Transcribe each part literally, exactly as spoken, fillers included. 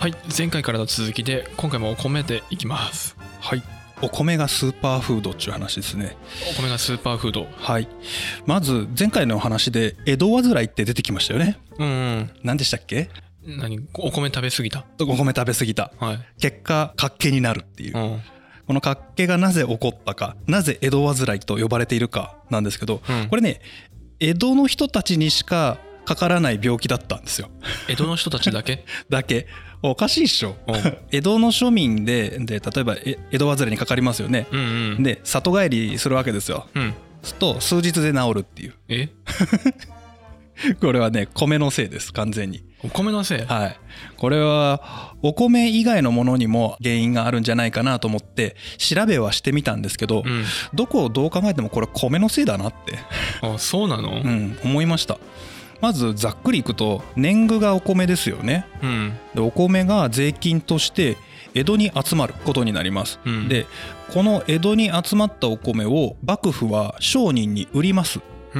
はい、前回からの続きで今回もお米でいきます。 はい、お米がスーパーフードっていう話ですね。 お米がスーパーフード。 はい、まず前回の話で江戸患いって出てきましたよね。 うん、うん、 何でしたっけ？ 何？お米食べ過ぎた。 お米食べ過ぎた、 はい、 結果活気になるっていう、うん、この活気がなぜ起こったか、なぜ江戸患いと呼ばれているかなんですけど、うん、これね、江戸の人たちにしかかからない病気だったんですよ。 江戸の人たちだけだけおかしいっしょ。江戸の庶民でで例えば江戸患いにかかりますよね、うんうん、で里帰りするわけですよ、うん、すると数日で治るっていう。 えこれはね、米のせいです。完全にお米のせい。 はい、これはお米以外のものにも原因があるんじゃないかなと思って調べはしてみたんですけど、うん、どこをどう考えてもこれ米のせいだなって。 あ、そうなの？ うん、思いました。まずざっくりいくと年貢がお米ですよね、うん、でお米が税金として江戸に集まることになります、うん、でこの江戸に集まったお米を幕府は商人に売ります、うん、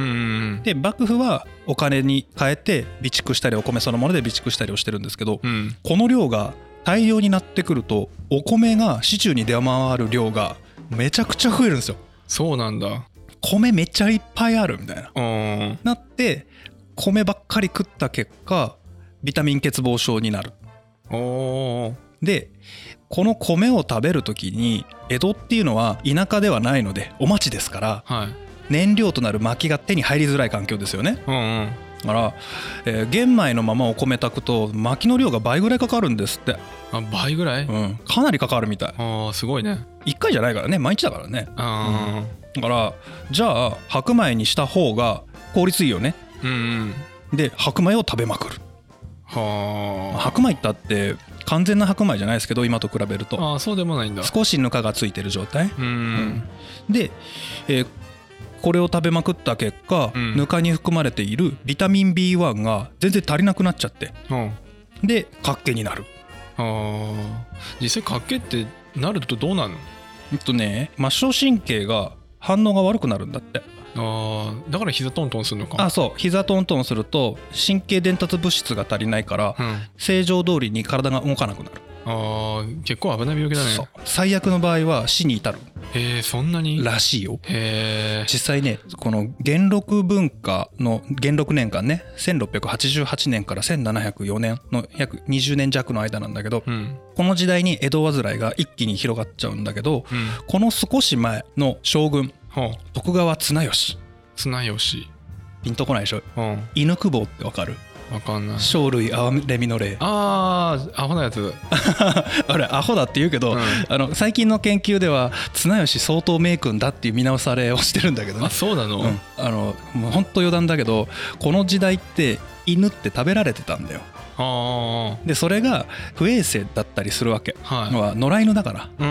で幕府はお金に変えて備蓄したりお米そのもので備蓄したりをしてるんですけど、うん、この量が大量になってくるとお米が市中に出回る量がめちゃくちゃ増えるんですよ。 そうなんだ。 米めっちゃいっぱいあるみたいななって米ばっかり食った結果ビタミン欠乏症になる。おでこの米を食べる時に江戸っていうのは田舎ではないのでお町ですから、はい、燃料となる薪が手に入りづらい環境ですよね、うんうん、だから、えー、玄米のままお米炊くと薪の量が倍ぐらいかかるんですって。 あ、倍ぐらい？ うん、かなりかかるみたい。 あ、すごいね。 いっかいじゃないからね、毎日だからね。あ、うん、だからじゃあ白米にした方が効率いいよね。うんうん、で白米を食べまくる。はあ、白米ってあって完全な白米じゃないですけど今と比べると。 あ、そうでもないんだ。 少しぬかがついてる状態。うん、うん、で、えー、これを食べまくった結果、うん、ぬかに含まれているビタミン ビーワン が全然足りなくなっちゃって、うん、で活気になる。 はあ、実際活気ってなるとどうなるの？ えっとね、末梢神経が反応が悪くなるんだって。 あ、だから膝トントンするのか。 あ、そう、膝トントンすると神経伝達物質が足りないから、うん、正常通りに体が動かなくなる。 あ、結構危ない病気だね。そう、 最悪の場合は死に至る。 へえ、そんなにらしいよ。 へえ。 実際ね、この元禄文化の元禄年間ね、せんろっぴゃくはちじゅうはちねんからせんななひゃくよねんの約にじゅうねん弱の間なんだけど、うん、この時代に江戸患いが一気に広がっちゃうんだけど、うん、この少し前の将軍、はあ、徳川綱吉。 綱吉ピンとこないでしょ、うん、犬久保ってわかる？ わかんない。 生類憐みの令。 ああ、アホなやつ。 あれアホだって言うけど、うん、あの最近の研究では綱吉相当名君だっていう見直されをしてるんだけどね。 あ、そうなの？ うん、あのもう本当余談だけどこの時代って犬って食べられてたんだよ。あ、でそれが不衛生だったりするわけ、はい、は野良犬だから、うん、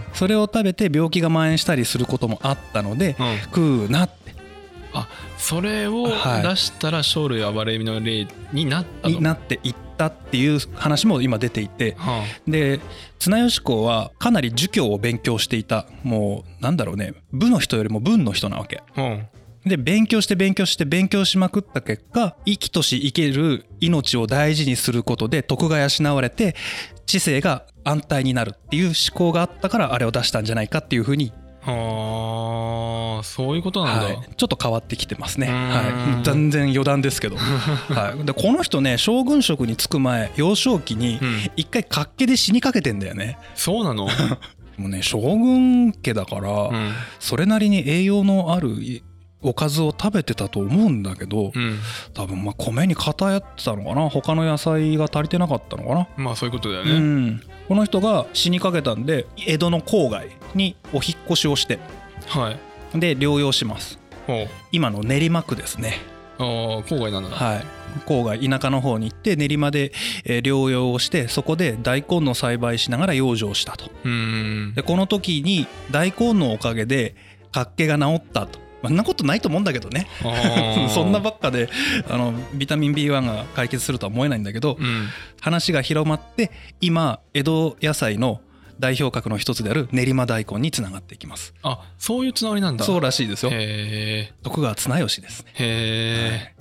それを食べて病気が蔓延したりすることもあったので、うん、食うなって。 あ、それを出したら生類憐みの令になったの？ になっていったっていう話も今出ていて、はあ、で綱吉公はかなり儒教を勉強していた、もうなんだろうね、武の人よりも文の人なわけ、はあ、で勉強して勉強して勉強しまくった結果生きとし生ける命を大事にすることで徳が養われて知性が安泰になるっていう思考があったからあれを出したんじゃないかっていうふうに。 はあ、そういうことなんだ、 はい、ちょっと変わってきてますね、はい、全然余談ですけど、はい、でこの人ね将軍職に就く前幼少期に一回活気で死にかけてんだよね、 うん、そうなの？ もうね将軍家だから、うん、それなりに栄養のあるおかずを食べてたと思うんだけど、うん、多分まあ米に偏ってたのかな、他の野菜が足りてなかったのかな。 まあそういうことだよね、 うん、この人が死にかけたんで江戸の郊外にお引っ越しをして、はい、で療養します。今の練馬区ですね。 ああ、郊外なんだ。 はい、郊外田舎の方に行って練馬で療養をしてそこで大根の栽培しながら養生したと。うーん、でこの時に大根のおかげで活気が治ったと。そんなことないと思うんだけどね。そんなばっかであのビタミン ビーワン が解決するとは思えないんだけど、うん、話が広まって今江戸野菜の代表格の一つである練馬大根につながっていきます。 あ、そういうつながりなんだ。 そうらしいですよ。 へー、 徳川綱吉ですね。 へー、 はい、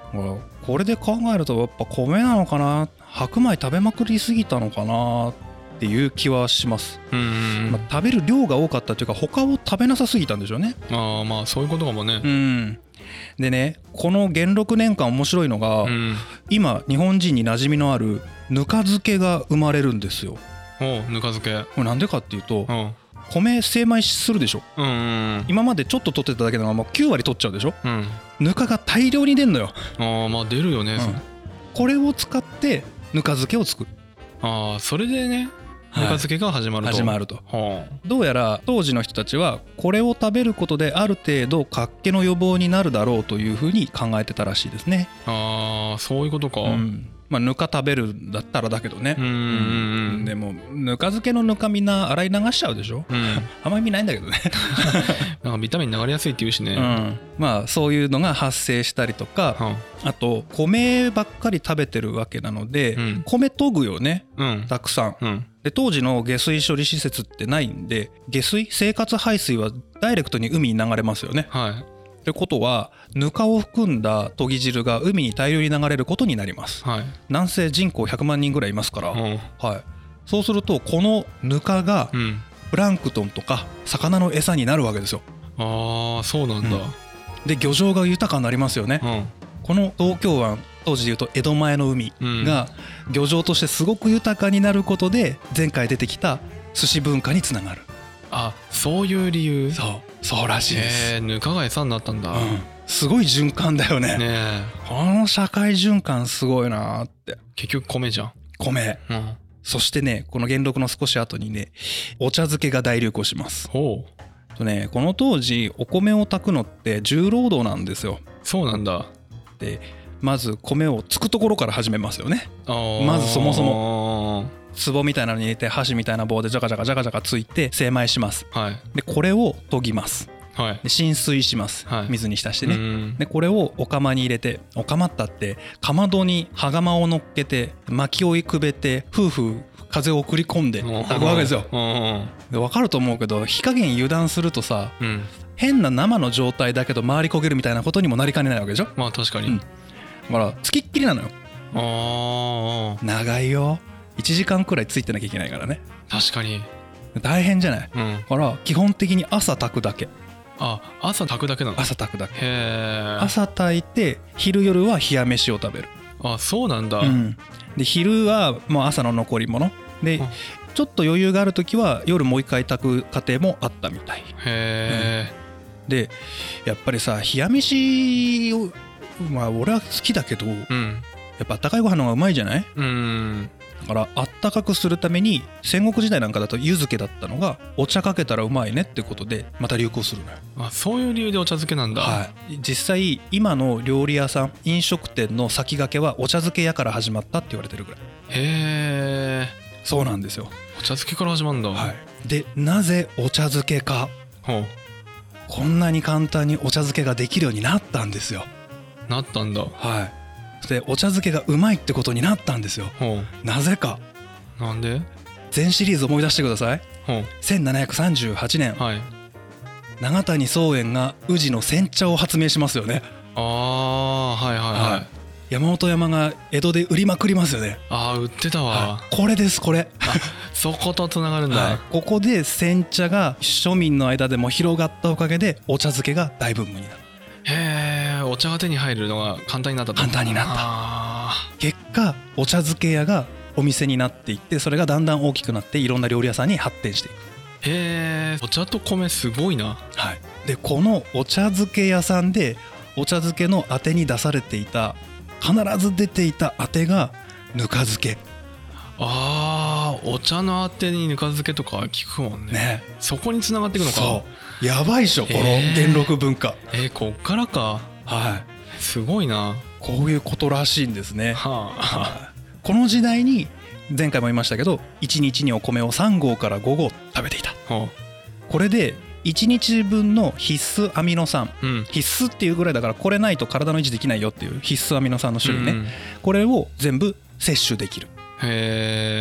これで考えるとやっぱ米なのかな、白米食べまくりすぎたのかなっていう気はします。うんうん、まあ、食べる量が多かったというか他を食べなさすぎたんでしょうね。 ああ、まあそういうことかもね。 うん。でね、この元禄年間面白いのが、うん、今日本人に馴染みのあるぬか漬けが生まれるんですよ。 おう、ぬか漬け。 これなんでかっていうと、米精米するでしょ、うんうん、今までちょっと取ってただけなのがもうきゅうわり取っちゃうでしょ、うん、ぬかが大量に出んのよ。 ああ、まあ出るよね、うん、 これを使ってぬか漬けを作る。 ああ、それでね、ぬか漬けが始まると、 はい、始まると、はあ、どうやら当時の人たちはこれを食べることである程度活気の予防になるだろうというふうに考えてたらしいですね。 ああ、そういうことか、うん、 まあ、ぬか食べるんだったらだけどね。うんうんうん、でもぬか漬けのぬかみんな洗い流しちゃうでしょ、うん、あんまり意味ないんだけどねなんかビタミン流れやすいって言うしね、 うん、まあそういうのが発生したりとか、うん、あと米ばっかり食べてるわけなので、うん、米研ぐよね、うん、たくさん、うん、で当時の下水処理施設ってないんで、下水生活排水はダイレクトに海に流れますよね、はい、ってことはぬかを含んだ研ぎ汁が海に大量に流れることになります、はい、南西人口ひゃくまんにんぐらいいますから、うん、はい、そうするとこのぬかがプランクトンとか魚の餌になるわけですよ。 ああ、そうなんだ、うん、 で漁場が豊かになりますよね、うん、この東京湾、当時でいうと江戸前の海が漁場としてすごく豊かになることで前回出てきた寿司文化につながる。 あ、そういう理由。 そうそうらしいです。 へえ、ぬかが餌になったんだ、うん、 すごい循環だよね。ねえ、この社会循環すごいなって。 結局米じゃん。 米、うん、そしてね、この元禄の少し後にね、お茶漬けが大流行します。ほうとね、この当時お米を炊くのって重労働なんですよ。 そうなんだ。 でまず米をつくところから始めますよね。まずそもそも壺みたいなのに入れて箸みたいな棒でジャカジャカジャカジャカついて精米します、はい、でこれを研ぎます、はい、で浸水します、はい、水に浸してね。でこれをお釜に入れて、お釜ったってかまどに羽釜を乗っけて薪をくべて夫婦風を送り込んで炊くわけですよ。で分かると思うけど火加減油断するとさ、うん、変な生の状態だけど周り焦げるみたいなことにもなりかねないわけでしょ。 まあ確かに、うん、 だからつきっきりなのよ。あ長いよ。いちじかんくらいついてなきゃいけないからね。 確かに大変じゃない、うん、だから基本的に朝炊くだけ。 あ、朝炊くだけなの。 朝炊くだけ。 へー。 朝炊いて昼夜は冷や飯を食べる。 あ、そうなんだ、 うん、で昼はもう朝の残り物で、うん、ちょっと余裕がある時は夜もう一回炊く家庭もあったみたい。へー、うん、でやっぱりさ冷や飯をまあ俺は好きだけど、うん、やっぱあったかいご飯の方がうまいじゃない。うん、だからあったかくするために戦国時代なんかだと湯漬けだったのがお茶かけたらうまいねってことでまた流行するのよ。 あ、そういう理由でお茶漬けなんだ。 はい、実際今の料理屋さん飲食店の先駆けはお茶漬け屋から始まったって言われてるぐらい。へー、そうなんですよ。 お茶漬けから始まるんだ。 はい、でなぜお茶漬けか。ほう、こんなに簡単にお茶漬けができるようになったんですよ。 なったんだ。 はい。でお茶漬けがうまいってことになったんですよ。なぜか。 なんで？ 全シリーズ思い出してください。せんななひゃくさんじゅうはちねん、はい、長谷宗園が宇治の煎茶を発明しますよね。 ああ、はいはいはい、はい、 山本山が江戸で売りまくりますよね。 ああ、売ってたわ、 はい、これですこれ。 あ、そことつながるんだ、はい、 ここで煎茶が庶民の間でも広がったおかげでお茶漬けが大ブームになる。 へえ、お茶が手に入るのが簡単になったと。 簡単になった。結果お茶漬け屋がお店になっていって、それがだんだん大きくなっていろんな料理屋さんに発展していく。 へえ、お茶と米すごいな。 はい。でこのお茶漬け屋さんでお茶漬けのあてに出されていた、必ず出ていたあてがぬか漬け。 あー、お茶のあてにぬか漬けとか聞くもんね。ね、そこに繋がっていくのか。 そうやばいっしょ、この元禄文化。 えー、えー、こっからか。はい、すごいな。 こういうことらしいんですね。はあ、この時代に前回も言いましたけどいちにちにお米をさんごうからごごう食べていた。はあ、これでいちにちぶんの必須アミノ酸、うん、必須っていうぐらいだからこれないと体の維持できないよっていう必須アミノ酸の種類ね、うん、これを全部摂取できる。へー。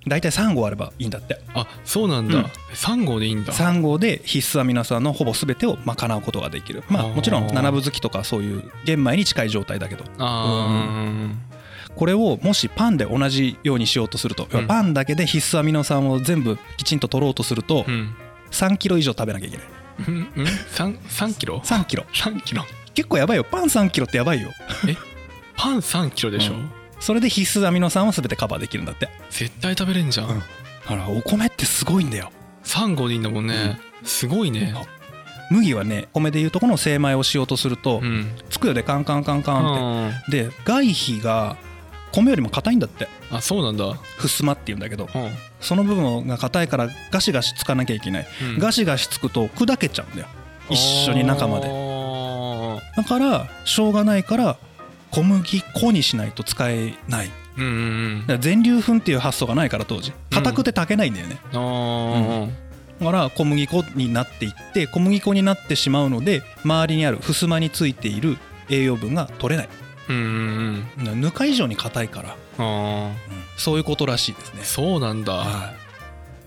だいたいさんごうあればいいんだって。 あ、そうなんだ、うん、さんごうでいいんだ。 さんごうで必須アミノ酸のほぼ全てを賄うことができる。まあもちろんななぶ好きとかそういう玄米に近い状態だけど、 あ、うん、 これをもしパンで同じようにしようとすると、うん、パンだけで必須アミノ酸を全部きちんと取ろうとすると、うん、さんキロ以上食べなきゃいけない。 うん、うん、3, 3キロ ?さんキロ。 さんキロ。 結構やばいよ。パンさんキロってやばいよ。 え、パンさんキロでしょ、うん、 それで必須アミノ酸を全てカバーできるんだって。 絶対食べれんじゃん、うん、 あら、お米ってすごいんだよ。 さんごうでいいんだもんね、うん、すごいね。 麦はね、米でいうとこの精米をしようとすると、うん、つくよでカンカンカンカンって、で外皮が米よりも硬いんだって。 あ、そうなんだ。 ふすまっていうんだけど、 うん、 その部分が硬いからガシガシつかなきゃいけない、うん、ガシガシつくと砕けちゃうんだよ、一緒に中まで。だからしょうがないから小麦粉にしないと使えない、 うんうんうん、 だから全粒粉っていう発想がないから当時硬くて炊けないんだよね、 うんうん、 だから小麦粉になっていって小麦粉になってしまうので周りにあるふすまについている栄養分が取れない、 うんうんうん、 ぬか以上に硬いから、 あ、うん、 そういうことらしいですね。 そうなんだ、 はい、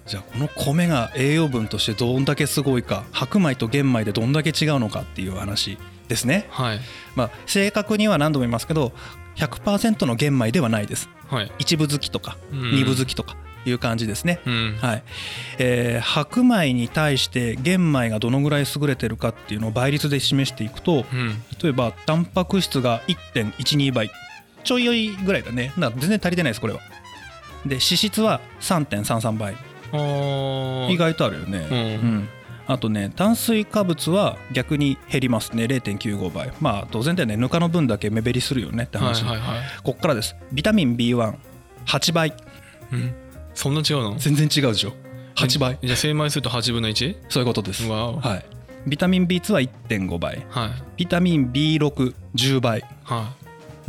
じゃあこの米が栄養分としてどんだけすごいか、白米と玄米でどんだけ違うのかっていう話ですね。 はい、まあ、正確には何度も言いますけど ひゃくパーセント の玄米ではないです、 はい、 一部好きとか二部好きとかいう感じですね、 うん、 はい、えー、白米に対して玄米がどのぐらい優れてるかっていうのを倍率で示していくと、 うん、 例えばタンパク質が いってんいちに 倍ちょいよいぐらいだね。だから全然足りてないですこれは。で脂質は さんてんさんさん 倍、 あ、 意外とあるよね、うんうん、あとね炭水化物は逆に減りますね れいてんきゅうご 倍。まあ当然だよね、ぬかの分だけ目減りするよねって話、 はいはいはい、 こっからです。ビタミン ビーワンはち 倍、 うん、そんな違うの？ 全然違うでしょ。はちばい。 じゃあ精米するとはちぶんのいち？ そういうことです。 わお、 はい、ビタミン ビーツー は いってんご 倍、 はい、 ビタミン ビーろく じゅう 倍、 はい、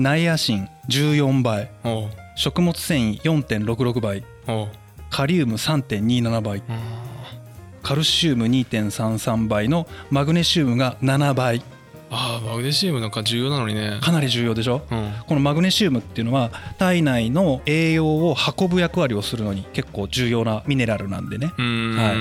ナイアシンじゅうよんばい、 お食物繊維 よんてんろくろく 倍、 おカリウム さんてんにーなな 倍、カルシウム にてんさんさん 倍のマグネシウムがななばい。 ああ、マグネシウムなんか重要なのにね。 かなり重要でしょ、 うん、 このマグネシウムっていうのは体内の栄養を運ぶ役割をするのに結構重要なミネラルなんでね。 うん、 はい、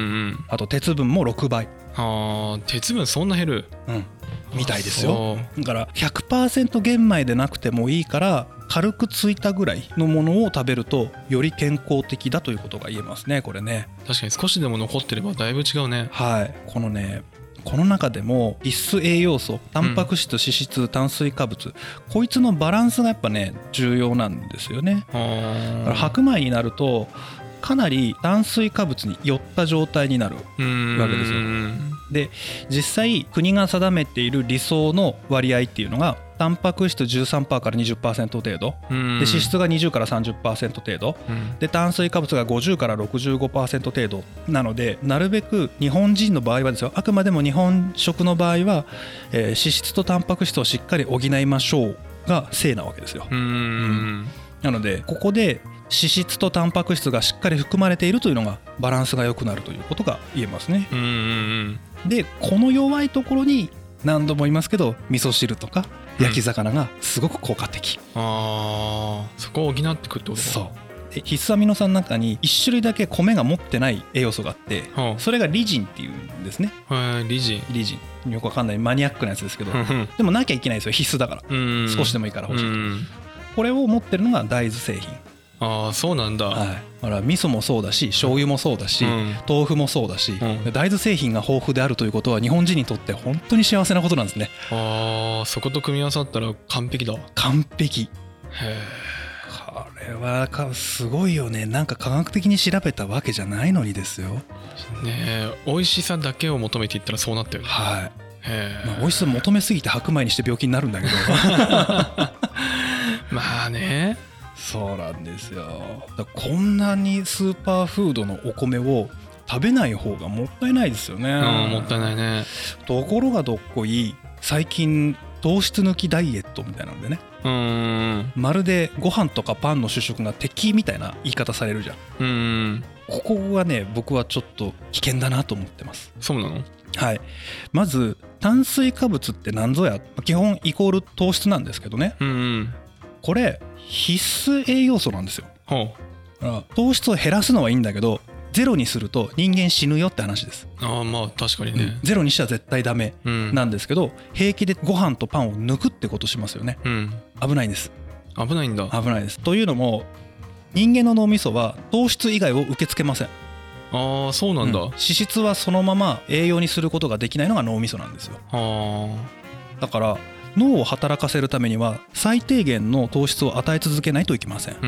あと鉄分もろくばい。 ああ、鉄分そんな減る？ うんみたいですよ。だから ひゃくパーセント 玄米でなくてもいいから軽くついたぐらいのものを食べるとより健康的だということが言えますね、これね。 確かに少しでも残ってればだいぶ違うね。 はい、このねこの中でも必須栄養素、タンパク質、脂質、炭水化物、こいつのバランスがやっぱね重要なんですよね。だから白米になるとかなり炭水化物に寄った状態になるわけですよ。で実際国が定めている理想の割合っていうのがタンパク質 じゅうさんパーセント から にじゅっパーセント 程度で脂質がにじゅうからさんじゅっパーセント 程度で炭水化物がごじゅうからろくじゅうごパーセント 程度なので、なるべく日本人の場合はですよ、あくまでも日本食の場合は、えー、脂質とタンパク質をしっかり補いましょうが正なわけですよ。 うん、うん、 なのでここで脂質とタンパク質がしっかり含まれているというのがバランスが良くなるということが言えますね。 うんうんうん、でこの弱いところに何度も言いますけど味噌汁とか焼き魚がすごく効果的、 うん、あそこを補ってくってことか。 そうで必須アミノ酸の中にいち種類だけ米が持ってない栄養素があって、はあ、それがリジンっていうんですね。 はい、リジンリジンよくわかんないマニアックなやつですけどでもなきゃいけないですよ、必須だから。少しでもいいから欲しい。これを持ってるのが大豆製品。 ああ、そうなんだ。 はい、だから味噌もそうだし醤油もそうだし、うん、豆腐もそうだし、うん、大豆製品が豊富であるということは日本人にとって本当に幸せなことなんですね。 ああ、そこと組み合わさったら完璧だ。 完璧。 へえ。 これはすごいよね。なんか科学的に調べたわけじゃないのにですよ。ねえ、美味しさだけを求めていったらそうなったよね。 はい。 へえ。 まあ、美味しさ求めすぎて白米にして病気になるんだけどまあね。 そうなんですよ。だこんなにスーパーフードのお米を食べない方がもったいないですよね。 うん、もったいないね。 ところがどっこい最近糖質抜きダイエットみたいなんでね、 うーん、 まるでご飯とかパンの主食が敵みたいな言い方されるじゃん。 うーん、 ここがね僕はちょっと危険だなと思ってます。 そうなの？ はい。まず炭水化物って何ぞや、基本イコール糖質なんですけどね、 うんうん、 これ必須栄養素なんですよ。 ほう。 糖質を減らすのはいいんだけどゼロにすると人間死ぬよって話です。 ああまあ確かにね、 うん、ゼロにしては絶対ダメなんですけど、うん、平気でご飯とパンを抜くってことしますよね、うん、危ないんです。 危ないんだ。 危ないです。というのも人間の脳みそは糖質以外を受け付けません。 ああそうなんだ、うん、 脂質はそのまま栄養にすることができないのが脳みそなんですよ。あだから脳を働かせるためには最低限の糖質を与え続けないといけません、うん、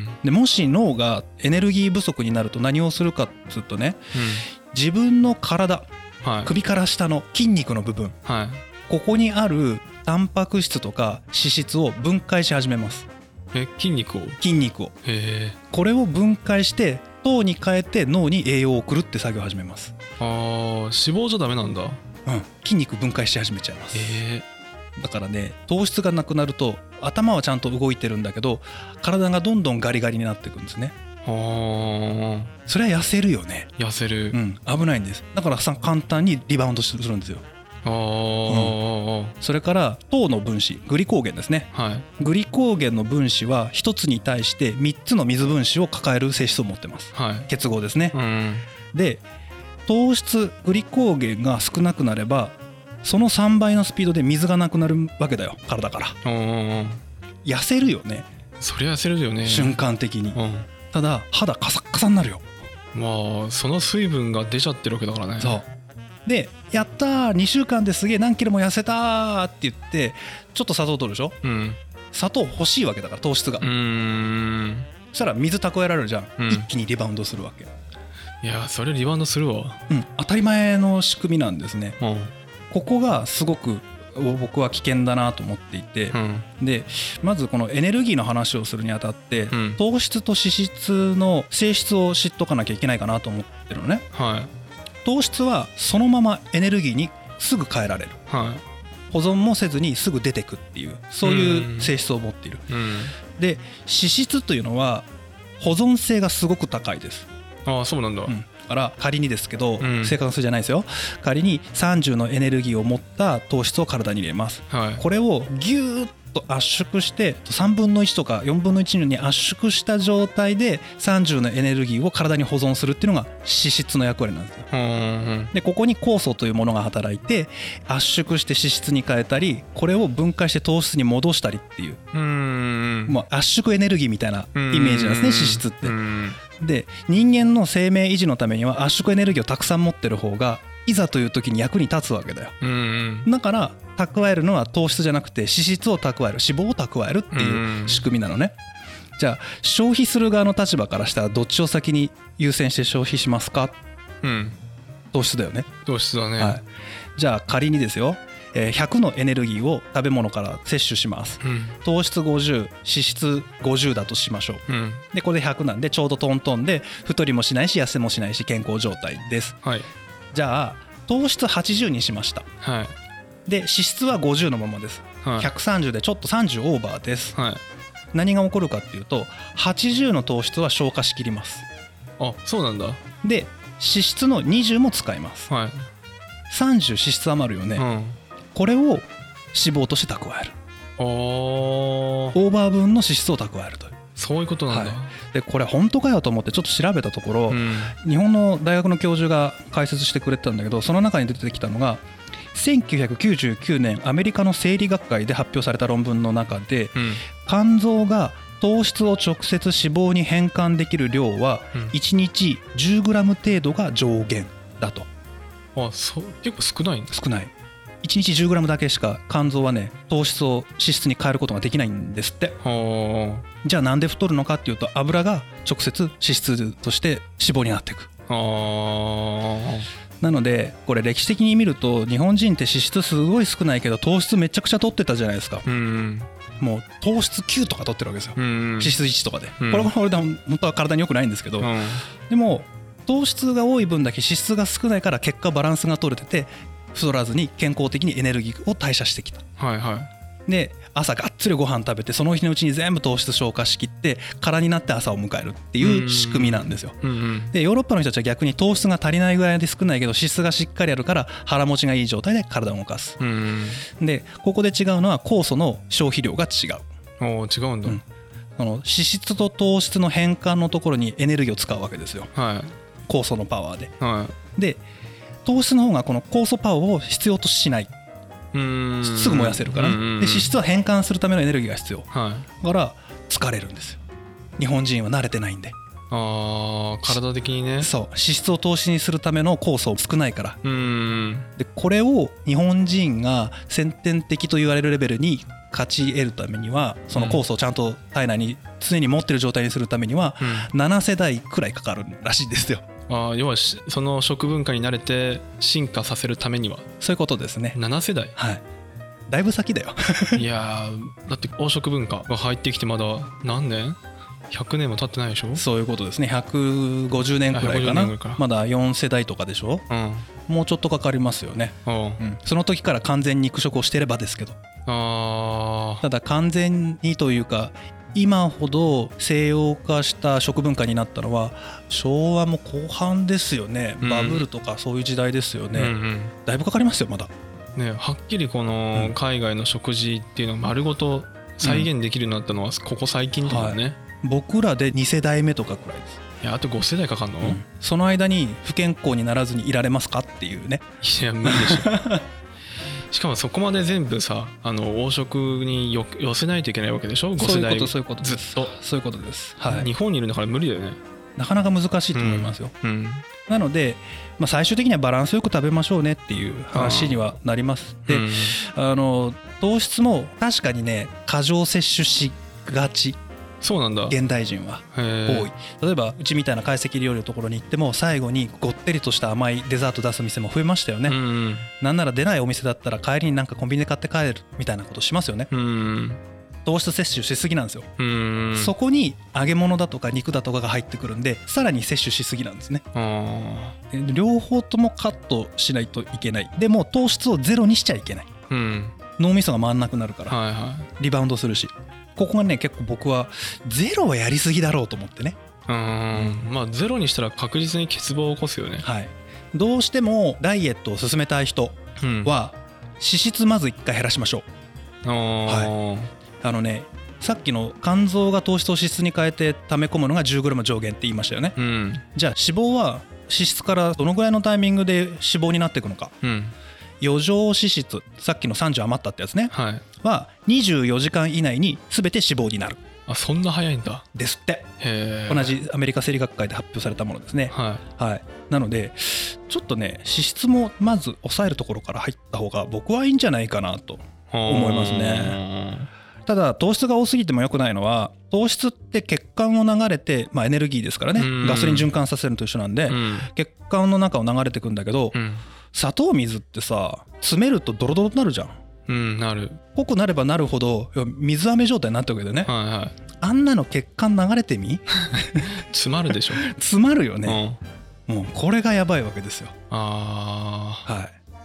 でもし脳がエネルギー不足になると何をするかっつうとね、うん、自分の体、はい、首から下の筋肉の部分、はい、ここにあるタンパク質とか脂質を分解し始めます。 え筋肉を筋肉をへこれを分解して糖に変えて脳に栄養を送るって作業を始めます。 あー脂肪じゃダメなんだ。 うん筋肉分解し始めちゃいます。へだからね糖質がなくなると頭はちゃんと動いてるんだけど体がどんどんガリガリになっていくんですね。はそれは痩せるよね。 痩せる、 うん、危ないんです。だからさ簡単にリバウンドするんですよ。あ、うん、それから糖の分子グリコーゲンですね、はい、グリコーゲンの分子はひとつに対してみっつの水分子を抱える性質を持ってます、はい、結合ですね、うん、で糖質グリコーゲンが少なくなればそのさんばいのスピードで水がなくなるわけだよ体から。痩せるよね。 そりゃ痩せるよね瞬間的に、うん、ただ肌カサッカサになるよ。 まあその水分が出ちゃってるわけだからね。 そうでやったーにしゅうかんですげえ何キロも痩せたーって言ってちょっと砂糖取るでしょ、うん、砂糖欲しいわけだから糖質がうーんそしたら水蓄えられるじゃん、うん、一気にリバウンドするわけ。 いやそれリバウンドするわ、 うん、当たり前の仕組みなんですね、うん、ここがすごく僕は危険だなと思っていて、うん、でまずこのエネルギーの話をするにあたって、うん、糖質と脂質の性質を知っとかなきゃいけないかなと思ってるのね、はい、糖質はそのままエネルギーにすぐ変えられる、はい、保存もせずにすぐ出てくっていうそういう性質を持っている、うん、で脂質というのは保存性がすごく高いです。 ああそうなんだ、 うんから仮にですけど、うん、正確な数字じゃないですよ。仮にさんじゅうのエネルギーを持った糖質を体に入れます、はい、これをギューッと圧縮してさんぶんのいちとかよんぶんのいちに圧縮した状態でさんじゅうのエネルギーを体に保存するっていうのが脂質の役割なんですよ。うんでここに酵素というものが働いて圧縮して脂質に変えたりこれを分解して糖質に戻したりっていう、うん、まあ、圧縮エネルギーみたいなイメージなんですね脂質って。で人間の生命維持のためには圧縮エネルギーをたくさん持ってる方がいざという時に役に立つわけだよ、うんうん、だから蓄えるのは糖質じゃなくて脂質を蓄える脂肪を蓄えるっていう仕組みなのね。じゃあ消費する側の立場からしたらどっちを先に優先して消費しますか、うん、糖質だよね。 糖質だね、 はい、じゃあ仮にですよひゃくのエネルギーを食べ物から摂取します、うん、糖質ごじゅう脂質ごじゅうだとしましょう、うん、でこれでひゃくなんでちょうどトントンで太りもしないし痩せもしないし健康状態です、はい、じゃあ糖質はちじゅうにしました、はい、で脂質はごじゅうのままです、はい、ひゃくさんじゅうでちょっとさんじゅうオーバーです、はい、何が起こるかっていうとはちじゅうの糖質は消化しきります。 あそうなんだ。 で脂質のにじゅうも使います、はい、さんじゅう脂質余るよね、うんこれを脂肪として蓄える。オーバー分の脂質を蓄えるというそういうことなんだ、 はい、でこれ本当かよと思ってちょっと調べたところ、うん、日本の大学の教授が解説してくれてたんだけどその中に出てきたのがせんきゅうひゃくきゅうじゅうきゅうねんアメリカの生理学会で発表された論文の中で、うん、肝臓が糖質を直接脂肪に変換できる量は、うん、いちにち じゅうグラム 程度が上限だと。 あそう結構少ないんだ。 少ない。いちにち じゅうグラム だけしか肝臓はね糖質を脂質に変えることができないんですって。じゃあなんで太るのかっていうと油が直接脂質として脂肪になっていく。なのでこれ歴史的に見ると日本人って脂質すごい少ないけど糖質めちゃくちゃ取ってたじゃないですか。うんもう糖質きゅうとか取ってるわけですよ。脂質いちとかで、これはこれで本当は体に良くないんですけど、でも糖質が多い分だけ脂質が少ないから結果バランスが取れてて太らずに健康的にエネルギーを代謝してきた、はいはい、で朝がっつりご飯食べてその日のうちに全部糖質消化しきって空になって朝を迎えるっていう仕組みなんですよ、うんうん、でヨーロッパの人たちは逆に糖質が足りないぐらいで少ないけど脂質がしっかりあるから腹持ちがいい状態で体を動かす、うんうん、でここで違うのは酵素の消費量が違う。 お違うんだ、うん、 その脂質と糖質の変換のところにエネルギーを使うわけですよ、 はい、 酵素のパワーで、 はい、 で糖質の方がこの酵素パワーを必要としない、 うーんすぐ燃やせるから、ね、で脂質は変換するためのエネルギーが必要、はい、だから疲れるんですよ。日本人は慣れてないんで。 あ体的にね。 そう脂質を糖質にするための酵素少ないから。 うーんでこれを日本人が先天的と言われるレベルに勝ち得るためには、その酵素をちゃんと体内に常に持ってる状態にするためにはなな世代くらいかかるらしいんですよ。 あ要はその食文化に慣れて進化させるためにはそういうことですね。 なな世代、 はい、だいぶ先だよいやだって黄色文化が入ってきてまだ何年ひゃくねんも経ってないでしょ。 そういうことですね。ひゃくごじゅうねんくらいかな。まだよん世代とかでしょ、うん、もうちょっとかかりますよね、うん、その時から完全に肉食をしてればですけど。あただ完全にというか今ほど西洋化した食文化になったのは昭和も後半ですよね、うん、バブルとかそういう時代ですよね、うんうん、だいぶかかりますよまだ、 ね、はっきりこの海外の食事っていうのを丸ごと再現できるようになったのはここ最近だよね、はい、僕らでに世代目とかくらいです。 いやあとご世代かかんの、うん、 その間に不健康にならずにいられますかっていうね。 いや無理でしょしかもそこまで全部さあの黄色によ寄せないといけないわけでしょ。ご世代ずっとそういうことそういうことです、 はい、日本にいるんだから無理だよね。 なかなか難しいと思いますよ、うんうん、なので、まあ、最終的にはバランスよく食べましょうねっていう話にはなります。で、うん、あの糖質も確かにね過剰摂取しがち。 そうなんだ。 現代人は多い。例えばうちみたいな懐石料理のところに行っても最後にごってりとした甘いデザート出す店も増えましたよね、うんうん、なんなら出ないお店だったら帰りになんかコンビニで買って帰るみたいなことしますよね、うん、糖質摂取しすぎなんですよ、うん、そこに揚げ物だとか肉だとかが入ってくるんでさらに摂取しすぎなんですね。両方ともカットしないといけない。でも糖質をゼロにしちゃいけない、うん、脳みそが回んなくなるから、はいはい、リバウンドするし、ここがね結構僕はゼロはやりすぎだろうと思ってね。 うん、まあゼロにしたら確実に欠乏を起こすよね。 はい。どうしてもダイエットを進めたい人は脂質まず一回減らしましょう、うん、はい。あのねさっきの肝臓が糖質を脂質に変えて溜め込むのが じゅうグラム 上限って言いましたよね、うん、じゃあ脂肪は脂質からどのぐらいのタイミングで脂肪になっていくのか、うん、余剰脂質さっきのさんじゅう余ったってやつね、はい、はにじゅうよじかん以内に全て脂肪になる。 あそんな早いんだ。 ですって。へ同じアメリカ生理学会で発表されたものですね、はいはい、なのでちょっとね脂質もまず抑えるところから入った方が僕はいいんじゃないかなと思いますね。ただ糖質が多すぎても良くないのは糖質って血管を流れて、まあ、エネルギーですからね、ガソリン循環させるのと一緒なんで、うん、血管の中を流れてくんだけど、うん、砂糖水ってさ詰めるとドロドロになるじゃん。 うん、なる。 濃くなればなるほど水飴状態になってるわけでね、はいはい、あんなの血管流れてみ詰まるでしょ詰まるよね、うん、もうこれがやばいわけですよ。 あ、 はい、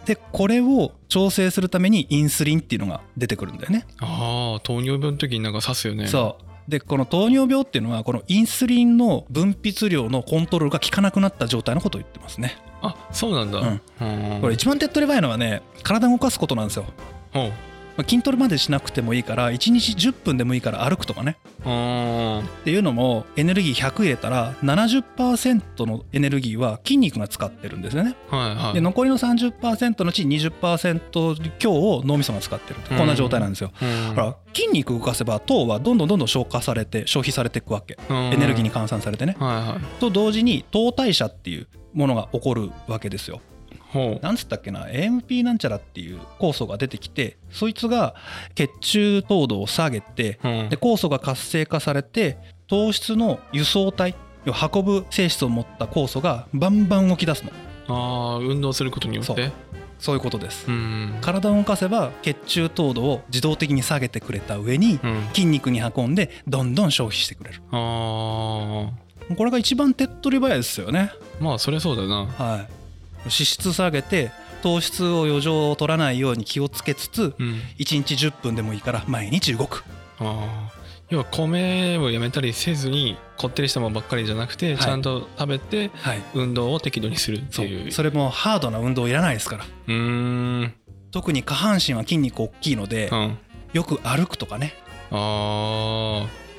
でこれを調整するためにインスリンっていうのが出てくるんだよね。 ああ糖尿病の時になんか刺すよね。 そうでこの糖尿病っていうのはこのインスリンの分泌量のコントロールが効かなくなった状態のことを言ってますね。 あそうなんだ、うん、 これ一番手っ取り早いのはね体を動かすことなんですよ。筋トレまでしなくてもいいからいちにちじゅっぷんでもいいから歩くとかねっていうのもエネルギーひゃく入れたら ななじゅっパーセント のエネルギーは筋肉が使ってるんですよね、はいはい、で残りの さんじゅっパーセント のうち にじゅっパーセント 強を脳みそが使ってるこんな状態なんですよ。だから筋肉動かせば糖はどんどんどんどん消化されて消費されていくわけ、エネルギーに換算されてね、はいはい、と同時に糖代謝っていうものが起こるわけですよ。なんつったっけな エーエムピー なんちゃらっていう酵素が出てきてそいつが血中糖度を下げて、うん、で酵素が活性化されて糖質の輸送体運ぶ性質を持った酵素がバンバン動き出すの。 あ運動することによってそうそういうことです、うん、体を動かせば血中糖度を自動的に下げてくれた上に、うん、筋肉に運んでどんどん消費してくれる。あこれが一番手っ取り早いですよね。 まあそりゃそうだな。 はい脂質下げて糖質を余剰を取らないように気をつけつつ、うん、いちにちじゅっぷんでもいいから毎日動く。 あ要は米をやめたりせずにこってりしたものばっかりじゃなくて、はい、ちゃんと食べて運動を適度にするっていう、 はい、そ, それもハードな運動いらないですから。うーん特に下半身は筋肉大きいので、うん、よく歩くとかね。 あ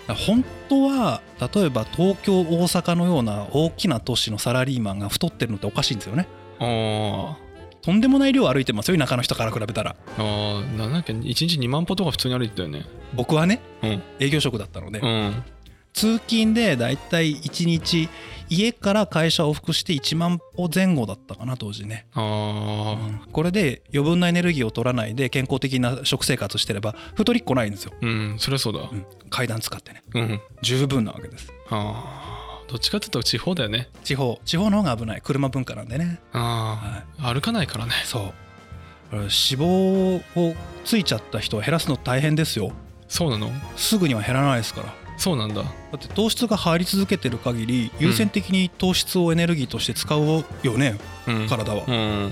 本当は例えば東京大阪のような大きな都市のサラリーマンが太ってるのっておかしいんですよね。 あとんでもない量歩いてますよ、田舎の人から比べたら。 あなんだっけいちにちにまん歩とか普通に歩いてたよね。 僕はね、 うん、 営業職だったので、 うん、 通勤でだいたいいちにち家から会社往復していちまん歩前後だったかな当時ね。 あ、 うん、これで余分なエネルギーを取らないで健康的な食生活してれば太りっこないんですよ。 うん、そりゃそうだ、 うん、階段使ってね、 うん、 十分なわけです。 ああ、どっちかっていうと地方だよね。 地方地方の方が危ない、車文化なんでね。 ああ、はい、歩かないからね。 そう、脂肪をついちゃった人を減らすの大変ですよ。 そうなの？ すぐには減らないですから。 そうなんだ。 だって糖質が入り続けてる限り優先的に糖質をエネルギーとして使うよね、うん、体は、うん、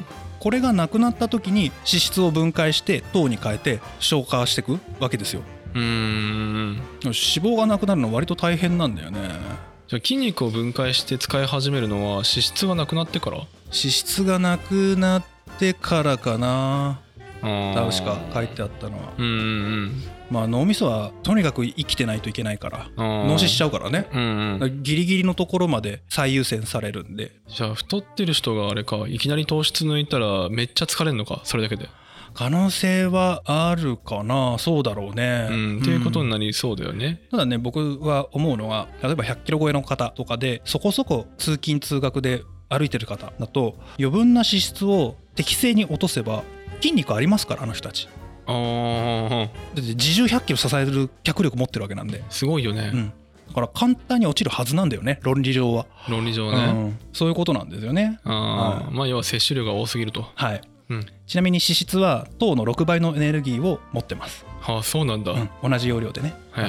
これがなくなった時に脂質を分解して糖に変えて消化していくわけですよ。 うーん、 脂肪がなくなるのは割と大変なんだよね。 じゃあ筋肉を分解して使い始めるのは脂質がなくなってから？ 脂質がなくなってからかな、確か書いてあったのは。うんうん、まあ脳みそはとにかく生きてないといけないから脳死しちゃうからね、うんうん、ギリギリのところまで最優先されるんで。 じゃあ太ってる人があれか、いきなり糖質抜いたらめっちゃ疲れるのか、それだけで。 可能性はあるかな。そうだろうね、 うん、っていうことになりそうだよね、 うん、ただね僕は思うのは、例えばひゃっキロ超えの方とかでそこそこ通勤通学で歩いてる方だと余分な脂質を適正に落とせば筋肉ありますから、あの人たち。あだって自重ひゃっキロ支える脚力持ってるわけなんで。 すごいよね、 うん、だから簡単に落ちるはずなんだよね、論理上は。 論理上ね、 うん、そういうことなんですよね。 あ、はい、まあ要は摂取量が多すぎると。 はい、うん、ちなみに脂質は糖のろくばいのエネルギーを持ってます。 はあ、そうなんだ、うん、 同じ容量でね。はい、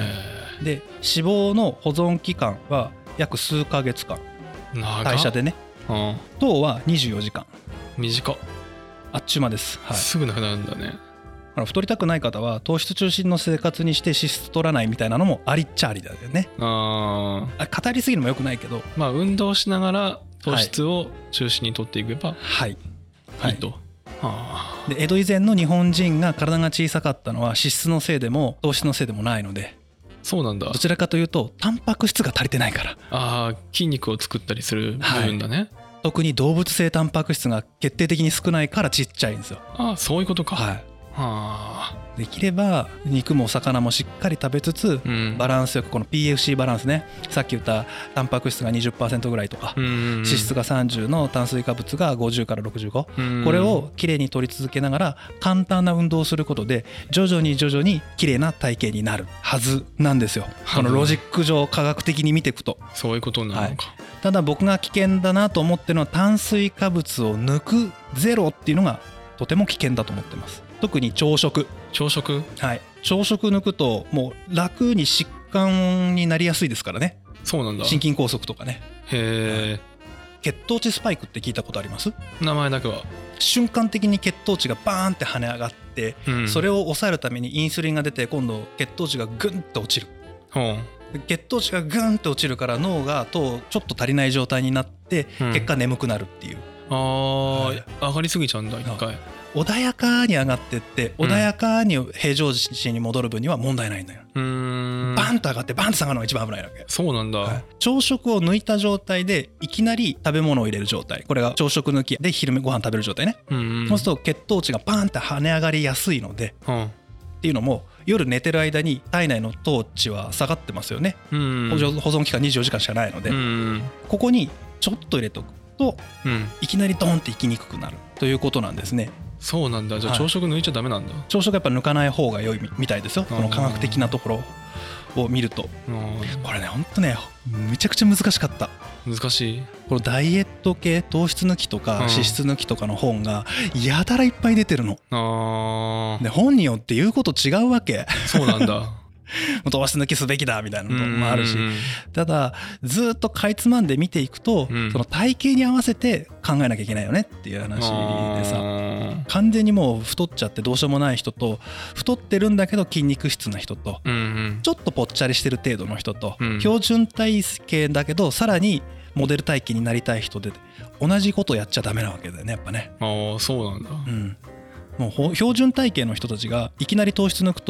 で脂肪の保存期間は約数ヶ月間、代謝でね。はあ、糖はにじゅうよじかん。 短っ。 あっちゅう間です、はい、すぐなくなるんだね。 太りたくない方は糖質中心の生活にして脂質取らないみたいなのもありっちゃありだよね。ああ、語りすぎるのもよくないけど、 まあ運動しながら糖質を中心に取っていけばはい、 はい、いいと。 はあ、で江戸以前の日本人が体が小さかったのは脂質のせいでも糖質のせいでもないので。 そうなんだ。 どちらかというとタンパク質が足りてないから。 ああ、筋肉を作ったりする部分だね、はい、 特に動物性タンパク質が決定的に少ないからちっちゃいんですよ。 ああ、そういうことか。 はい、はあ、できれば肉もお魚もしっかり食べつつ、うん、バランスよくこの ピーエフシー バランスね、さっき言ったタンパク質が にじゅっパーセント ぐらいとか、うんうんうん、脂質がさんじゅうの炭水化物がごじゅうからろくじゅうご、うんうん、これをきれいに取り続けながら簡単な運動をすることで徐々に徐々にきれいな体型になるはずなんですよ。このロジック上科学的に見ていくとそういうことなのか、はい、 ただ僕が危険だなと思ってるのは炭水化物を抜くゼロっていうのがとても危険だと思ってます。特に朝食。 朝食、 はい、朝食抜くともう楽に疾患になりやすいですからね。 そうなんだ。 心筋梗塞とかね。 へえ。 血糖値スパイクって聞いたことあります？ 名前だけは。 瞬間的に血糖値がバーンって跳ね上がって、うん、それを抑えるためにインスリンが出て今度血糖値がグンと落ちる、うん、血糖値がグンと落ちるから脳が糖ちょっと足りない状態になって、うん、結果眠くなるっていう。 ああ、はい、上がりすぎちゃうんだ一回。 穏やかに上がってって穏やかに平常時に戻る分には問題ないんだよ。うーん、バンと上がってバンと下がるのが一番危ないわけ。 そうなんだ、 はい、朝食を抜いた状態でいきなり食べ物を入れる状態、これが朝食抜きで昼ご飯食べる状態ね。うんうん、そうすると血糖値がバンって跳ね上がりやすいので、うん、っていうのも夜寝てる間に体内の糖値は下がってますよね。うんうん、保存期間にじゅうよじかんしかないので、うんうん、ここにちょっと入れとくと、うん、いきなりドンっていきにくくなるということなんですね。 そうなんだ。じゃあ朝食抜いちゃダメなんだ、はい、 朝食やっぱ抜かない方が良いみたいですよ。この科学的なところを見ると。これねほんとねめちゃくちゃ難しかった。 難しい。 このダイエット系糖質抜きとか脂質抜きとかの本がやたらいっぱい出てるの。あで本によって言うこと違うわけ。 そうなんだ。 糖質抜きすべきだみたいなのもあるし、ただずっとかいつまんで見ていくと、うん、その体型に合わせて考えなきゃいけないよねっていう話でさ、完全にもう太っちゃってどうしようもない人と太ってるんだけど筋肉質な人と、うんうん、ちょっとぽっちゃりしてる程度の人と、うん、標準体型だけどさらにモデル体型になりたい人で同じことやっちゃダメなわけだよねやっぱね。 ああそうなんだ。 うん、もう標準体型の人たちがいきなり糖質抜くと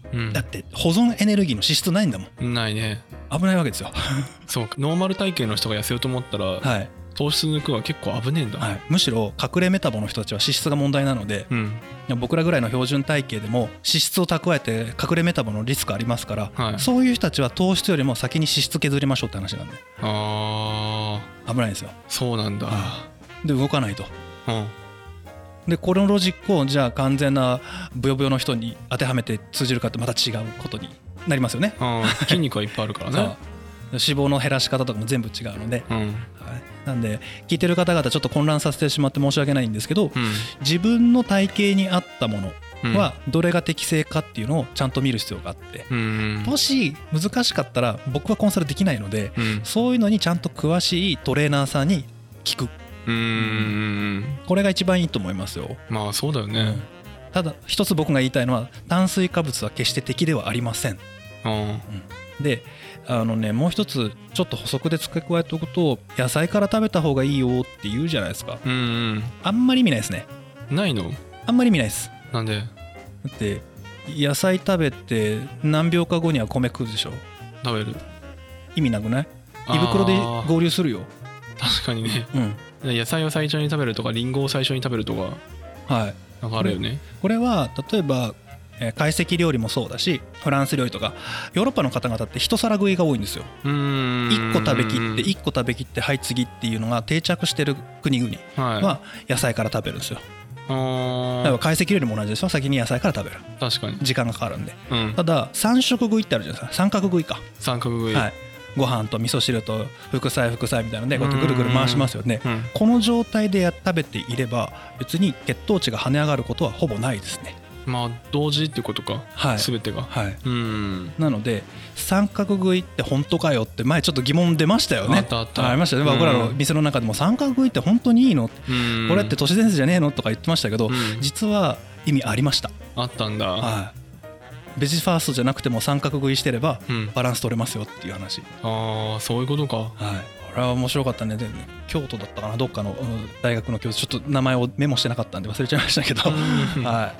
うん、だって保存エネルギーの脂質ないんだもん。 ないね。 危ないわけですよそうか、ノーマル体型の人が痩せようと思ったら、はい、糖質抜くは結構危ねえんだ、 はい、むしろ隠れメタボの人たちは脂質が問題なので、うん、僕らぐらいの標準体型でも脂質を蓄えて隠れメタボのリスクありますから、はい、そういう人たちは糖質よりも先に脂質削りましょうって話なんで。あー、危ないですよ。 そうなんだ、 はい、で動かないと、うん、でこのロジックをじゃあ完全なブヨブヨの人に当てはめて通じるかってまた違うことになりますよね。 筋肉はいっぱいあるからね脂肪の減らし方とかも全部違うので、うん、はい、なんで聞いてる方々ちょっと混乱させてしまって申し訳ないんですけど、うん、自分の体型に合ったものはどれが適正かっていうのをちゃんと見る必要があって、うん、もし難しかったら僕はコンサルできないので、うん、そういうのにちゃんと詳しいトレーナーさんに聞く、うーん、これが一番いいと思いますよ。 まあそうだよね、うん、 ただ一つ僕が言いたいのは炭水化物は決して敵ではありません。うん、であのね、もう一つちょっと補足で付け加えておくと、野菜から食べた方がいいよって言うじゃないですか。うんうん、あんまり見ないですね。 ないの？ あんまり見ないです。 なんで？ だって野菜食べて何秒か後には米食うでしょ。 食べる。意味なくない？胃袋で合流するよ。 確かにね、うん、野菜を最初に食べるとかリンゴを最初に食べるとか、はい、なんかあるよね。 これは例えば懐石料理もそうだしフランス料理とかヨーロッパの方々って一皿食いが多いんですよ。うーん、いっこ食べきっていっこ食べきってはい次っていうのが定着してる国々は野菜から食べるんですよ。はい、だから懐石料理も同じですよ。先に野菜から食べる。 確かに時間がかかるんで、うん、ただ三食食いってあるじゃないですか。三角食いか。 三角食い、 はい、ご飯と味噌汁と副菜副菜みたいなのでこうやってぐるぐる回しますよね。うん、この状態で食べていれば別に血糖値が跳ね上がることはほぼないですね。 まあ同時ってことか、はい、全てが、はい、 うん、なので三角食いって本当かよって前ちょっと疑問出ましたよね。 あったあった、 ありましたね。僕らの店の中でも三角食いって本当にいいの、うん、これって都市伝説じゃねえのとか言ってましたけど、うん、実は意味ありました。 あったんだ、 はい、ベジファーストじゃなくても三角食いしてればバランス取れますよっていう話、うん、 ああそういうことか。はい、 これは面白かったね。で京都だったかな、どっかの大学の教授、ちょっと名前をメモしてなかったんで忘れちゃいましたけど、はい、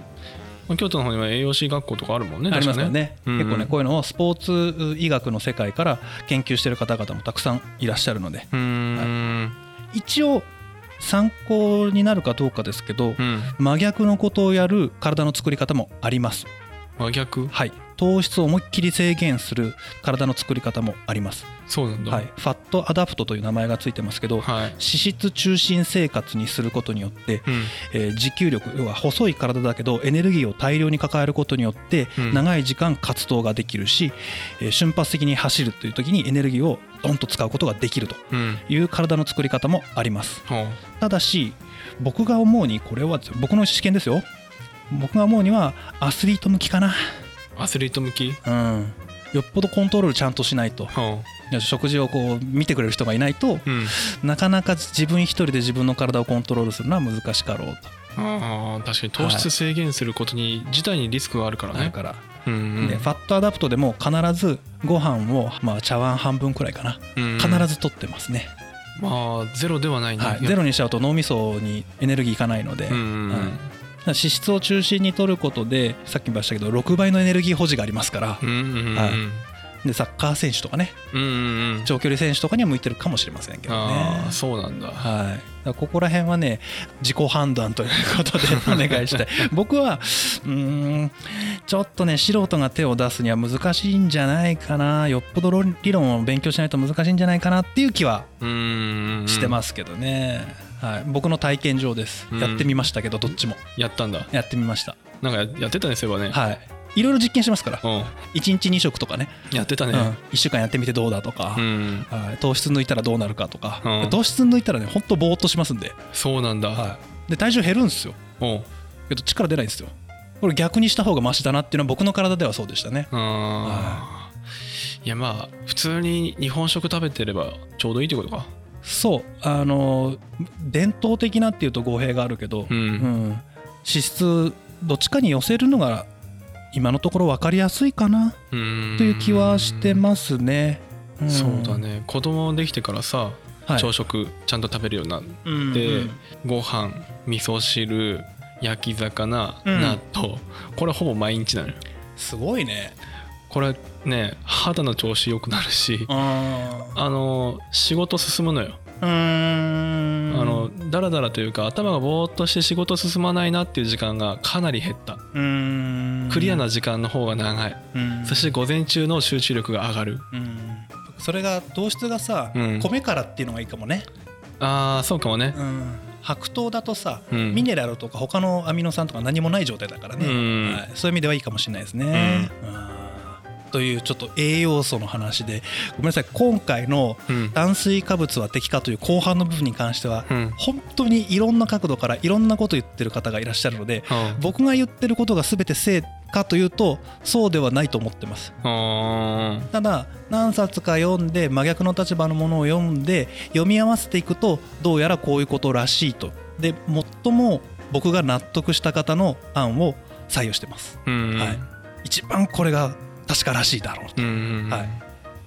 京都の方には栄養士学校とかあるもんね。 ありますよね、うんうん、結構ねこういうのをスポーツ医学の世界から研究してる方々もたくさんいらっしゃるので、うーん、はい、一応参考になるかどうかですけど、うん、真逆のことをやる体の作り方もあります。 真逆？ はい、糖質を思いっきり制限する体の作り方もあります。 そうなんだ、 はい、ファットアダプトという名前がついてますけど、はい、脂質中心生活にすることによって、うん、えー、持久力、要は細い体だけどエネルギーを大量に抱えることによって長い時間活動ができるし、うん、えー、瞬発的に走るという時にエネルギーをドンと使うことができるという体の作り方もあります、うん、ただし僕が思うに、これは僕の試験ですよ、僕が思うにはアスリート向きかな。 アスリート向き、 うん、よっぽどコントロールちゃんとしないと、うん、食事をこう見てくれる人がいないと、うん、なかなか自分一人で自分の体をコントロールするのは難しかろうと。 あ、確かに糖質制限することに、はい、自体にリスクがあるからね。 だから、うんうん、でファットアダプトでも必ずご飯を、まあ、茶碗半分くらいかな、うん、必ず取ってますね。 まあゼロではないね、 はい、ゼロにしちゃうと脳みそにエネルギーいかないので、うんうん、はい、脂質を中心に摂ることでさっきも言いましたけどろくばいのエネルギー保持がありますから、うんうんうん、はい、でサッカー選手とかね、うんうんうん、長距離選手とかには向いてるかもしれませんけどね。 あ、そうなんだ、 はい、だからここら辺はね自己判断ということでお願いしたい僕はうーんちょっとね素人が手を出すには難しいんじゃないかな、よっぽど理論を勉強しないと難しいんじゃないかなっていう気はしてますけどね。はい、僕の体験上です、うん、やってみましたけどどっちもやったんだ。 やってみました。 なんかやってたね、そういえばね。はい、 いろいろ実験しますから、うん、いちにちに食とかねやってたね、うん、 いっしゅうかんやってみてどうだとか、うん、はい、糖質抜いたらどうなるかとか、うん、糖質抜いたらねほんとぼーっとしますんで。 そうなんだ、 はい、で体重減るんですよ、うん、けど力出ないんですよ。これ逆にした方がマシだなっていうのは僕の体ではそうでしたね。あ、 はい、いやまあ普通に日本食食べてればちょうどいいってことか。 そう、あの伝統的なっていうと語弊があるけど、うんうん、脂質どっちかに寄せるのが今のところ分かりやすいかなという気はしてますね、 うん、そうだね。子供できてからさ、はい、朝食ちゃんと食べるようになって、うんうん、ご飯、味噌汁、焼き魚、うん、納豆、これほぼ毎日なのよ。 すごいね。 これね肌の調子良くなるし、あの仕事進むのよ。うーんあのだらだらというか頭がぼーっとして仕事進まないなっていう時間がかなり減った。うーんクリアな時間の方が長い。うんそして午前中の集中力が上がる。うんそれが糖質がさ、うん、米からっていうのがいいかもね。 ああそうかもね。うん白桃だとさ、うん、ミネラルとか他のアミノ酸とか何もない状態だからね、うんはい、そういう意味ではいいかもしれないですね、うんうんというちょっと栄養素の話でごめんなさい。今回の炭水化物は敵かという後半の部分に関しては本当にいろんな角度からいろんなこと言ってる方がいらっしゃるので、僕が言ってることが全て正かというとそうではないと思ってます。ただ何冊か読んで真逆の立場のものを読んで読み合わせていくとどうやらこういうことらしいと。で最も僕が納得した方の案を採用してます、はい、一番これが確からしいだろうと、はい、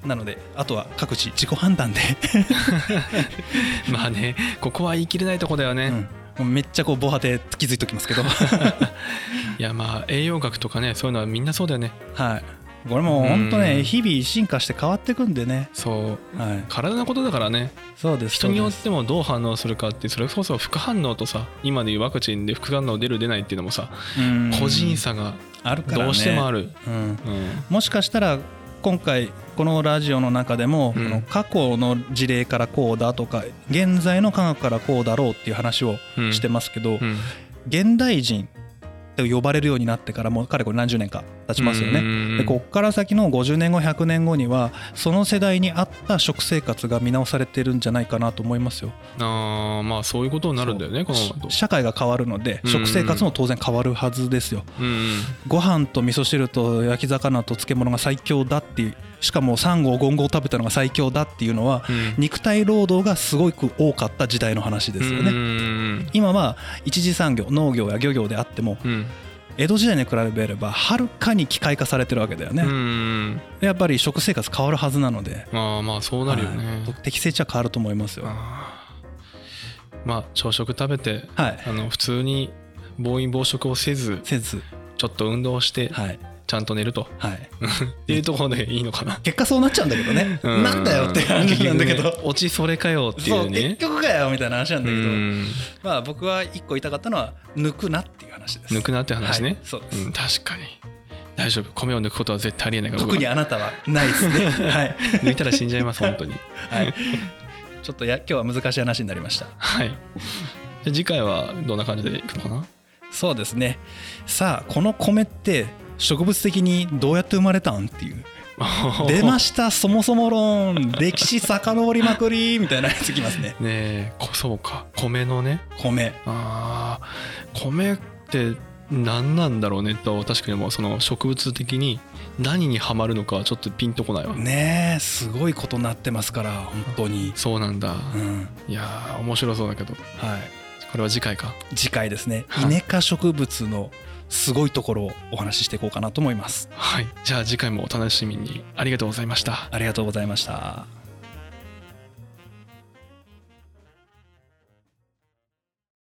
なのであとは各自自己判断でまあねここは言い切れないとこだよね、 うん、めっちゃこう防波堤気づいておきますけどいやまあ栄養学とかねそういうのはみんなそうだよね。 はいこれも本当ね日々進化して変わっていくんでね。 そう、はい、体のことだからね。 そうです。 人によってもどう反応するかってそれこそ副反応とさ今でいうワクチンで副反応出る出ないっていうのもさ個人差がどうしてもある。 うんうん、もしかしたら今回このラジオの中でも、うん、過去の事例からこうだとか現在の科学からこうだろうっていう話をしてますけど、うんうん、現代人って呼ばれるようになってからもうかれこれ何十年か経ちますよね。でこっから先のごじゅうねんごひゃくねんごにはその世代に合った食生活が見直されてるんじゃないかなと思いますよ。 あまあそういうことになるんだよねこの社会が変わるので食生活も当然変わるはずですよ。ご飯と味噌汁と焼き魚と漬物が最強だっていうしかもサンゴゴンゴを食べたのが最強だっていうのは肉体労働がすごく多かった時代の話ですよね。今は一次産業農業や漁業であっても江戸時代に比べればはるかに機械化されてるわけだよね。うんやっぱり食生活変わるはずなのであまあそうなるよね、 はい、適正値は変わると思いますよ。 あまあ朝食食べて、はい、あの普通に暴飲暴食をせずせずちょっと運動して、はいちゃんと寝ると、はい、っていうところでいいのかな。 結果そうなっちゃうんだけどね、うん、なんだよって感じなんだけど落ちそれかよっていうねそう結局かよみたいな話なんだけど、うん、まあ僕は一個言いたかったのは抜くなっていう話です。 抜くなって話ね、はい、 そうです、 うん、確かに大丈夫米を抜くことは絶対ありえないから特にあなたはないですね、はい、 抜いたら死んじゃいます本当に、 はい、ちょっとや今日は難しい話になりました。 はいじゃあ次回はどんな感じでいくのかな。 そうですねさあこの米って植物的にどうやって生まれたんっていう出ましたそもそも論歴史遡りまくりみたいなやつきますね。 ねえそうか米のね米あ米って何なんだろうねと確かにもうその植物的に何にハマるのかちょっとピンとこないわねえすごいことになってますから本当にそうなんだ、うん、いや面白そうだけどはいこれは次回か次回ですねイネ科植物のすごいところをお話ししていこうかなと思います。 はい、じゃあ次回もお楽しみに。ありがとうございました。 ありがとうございました。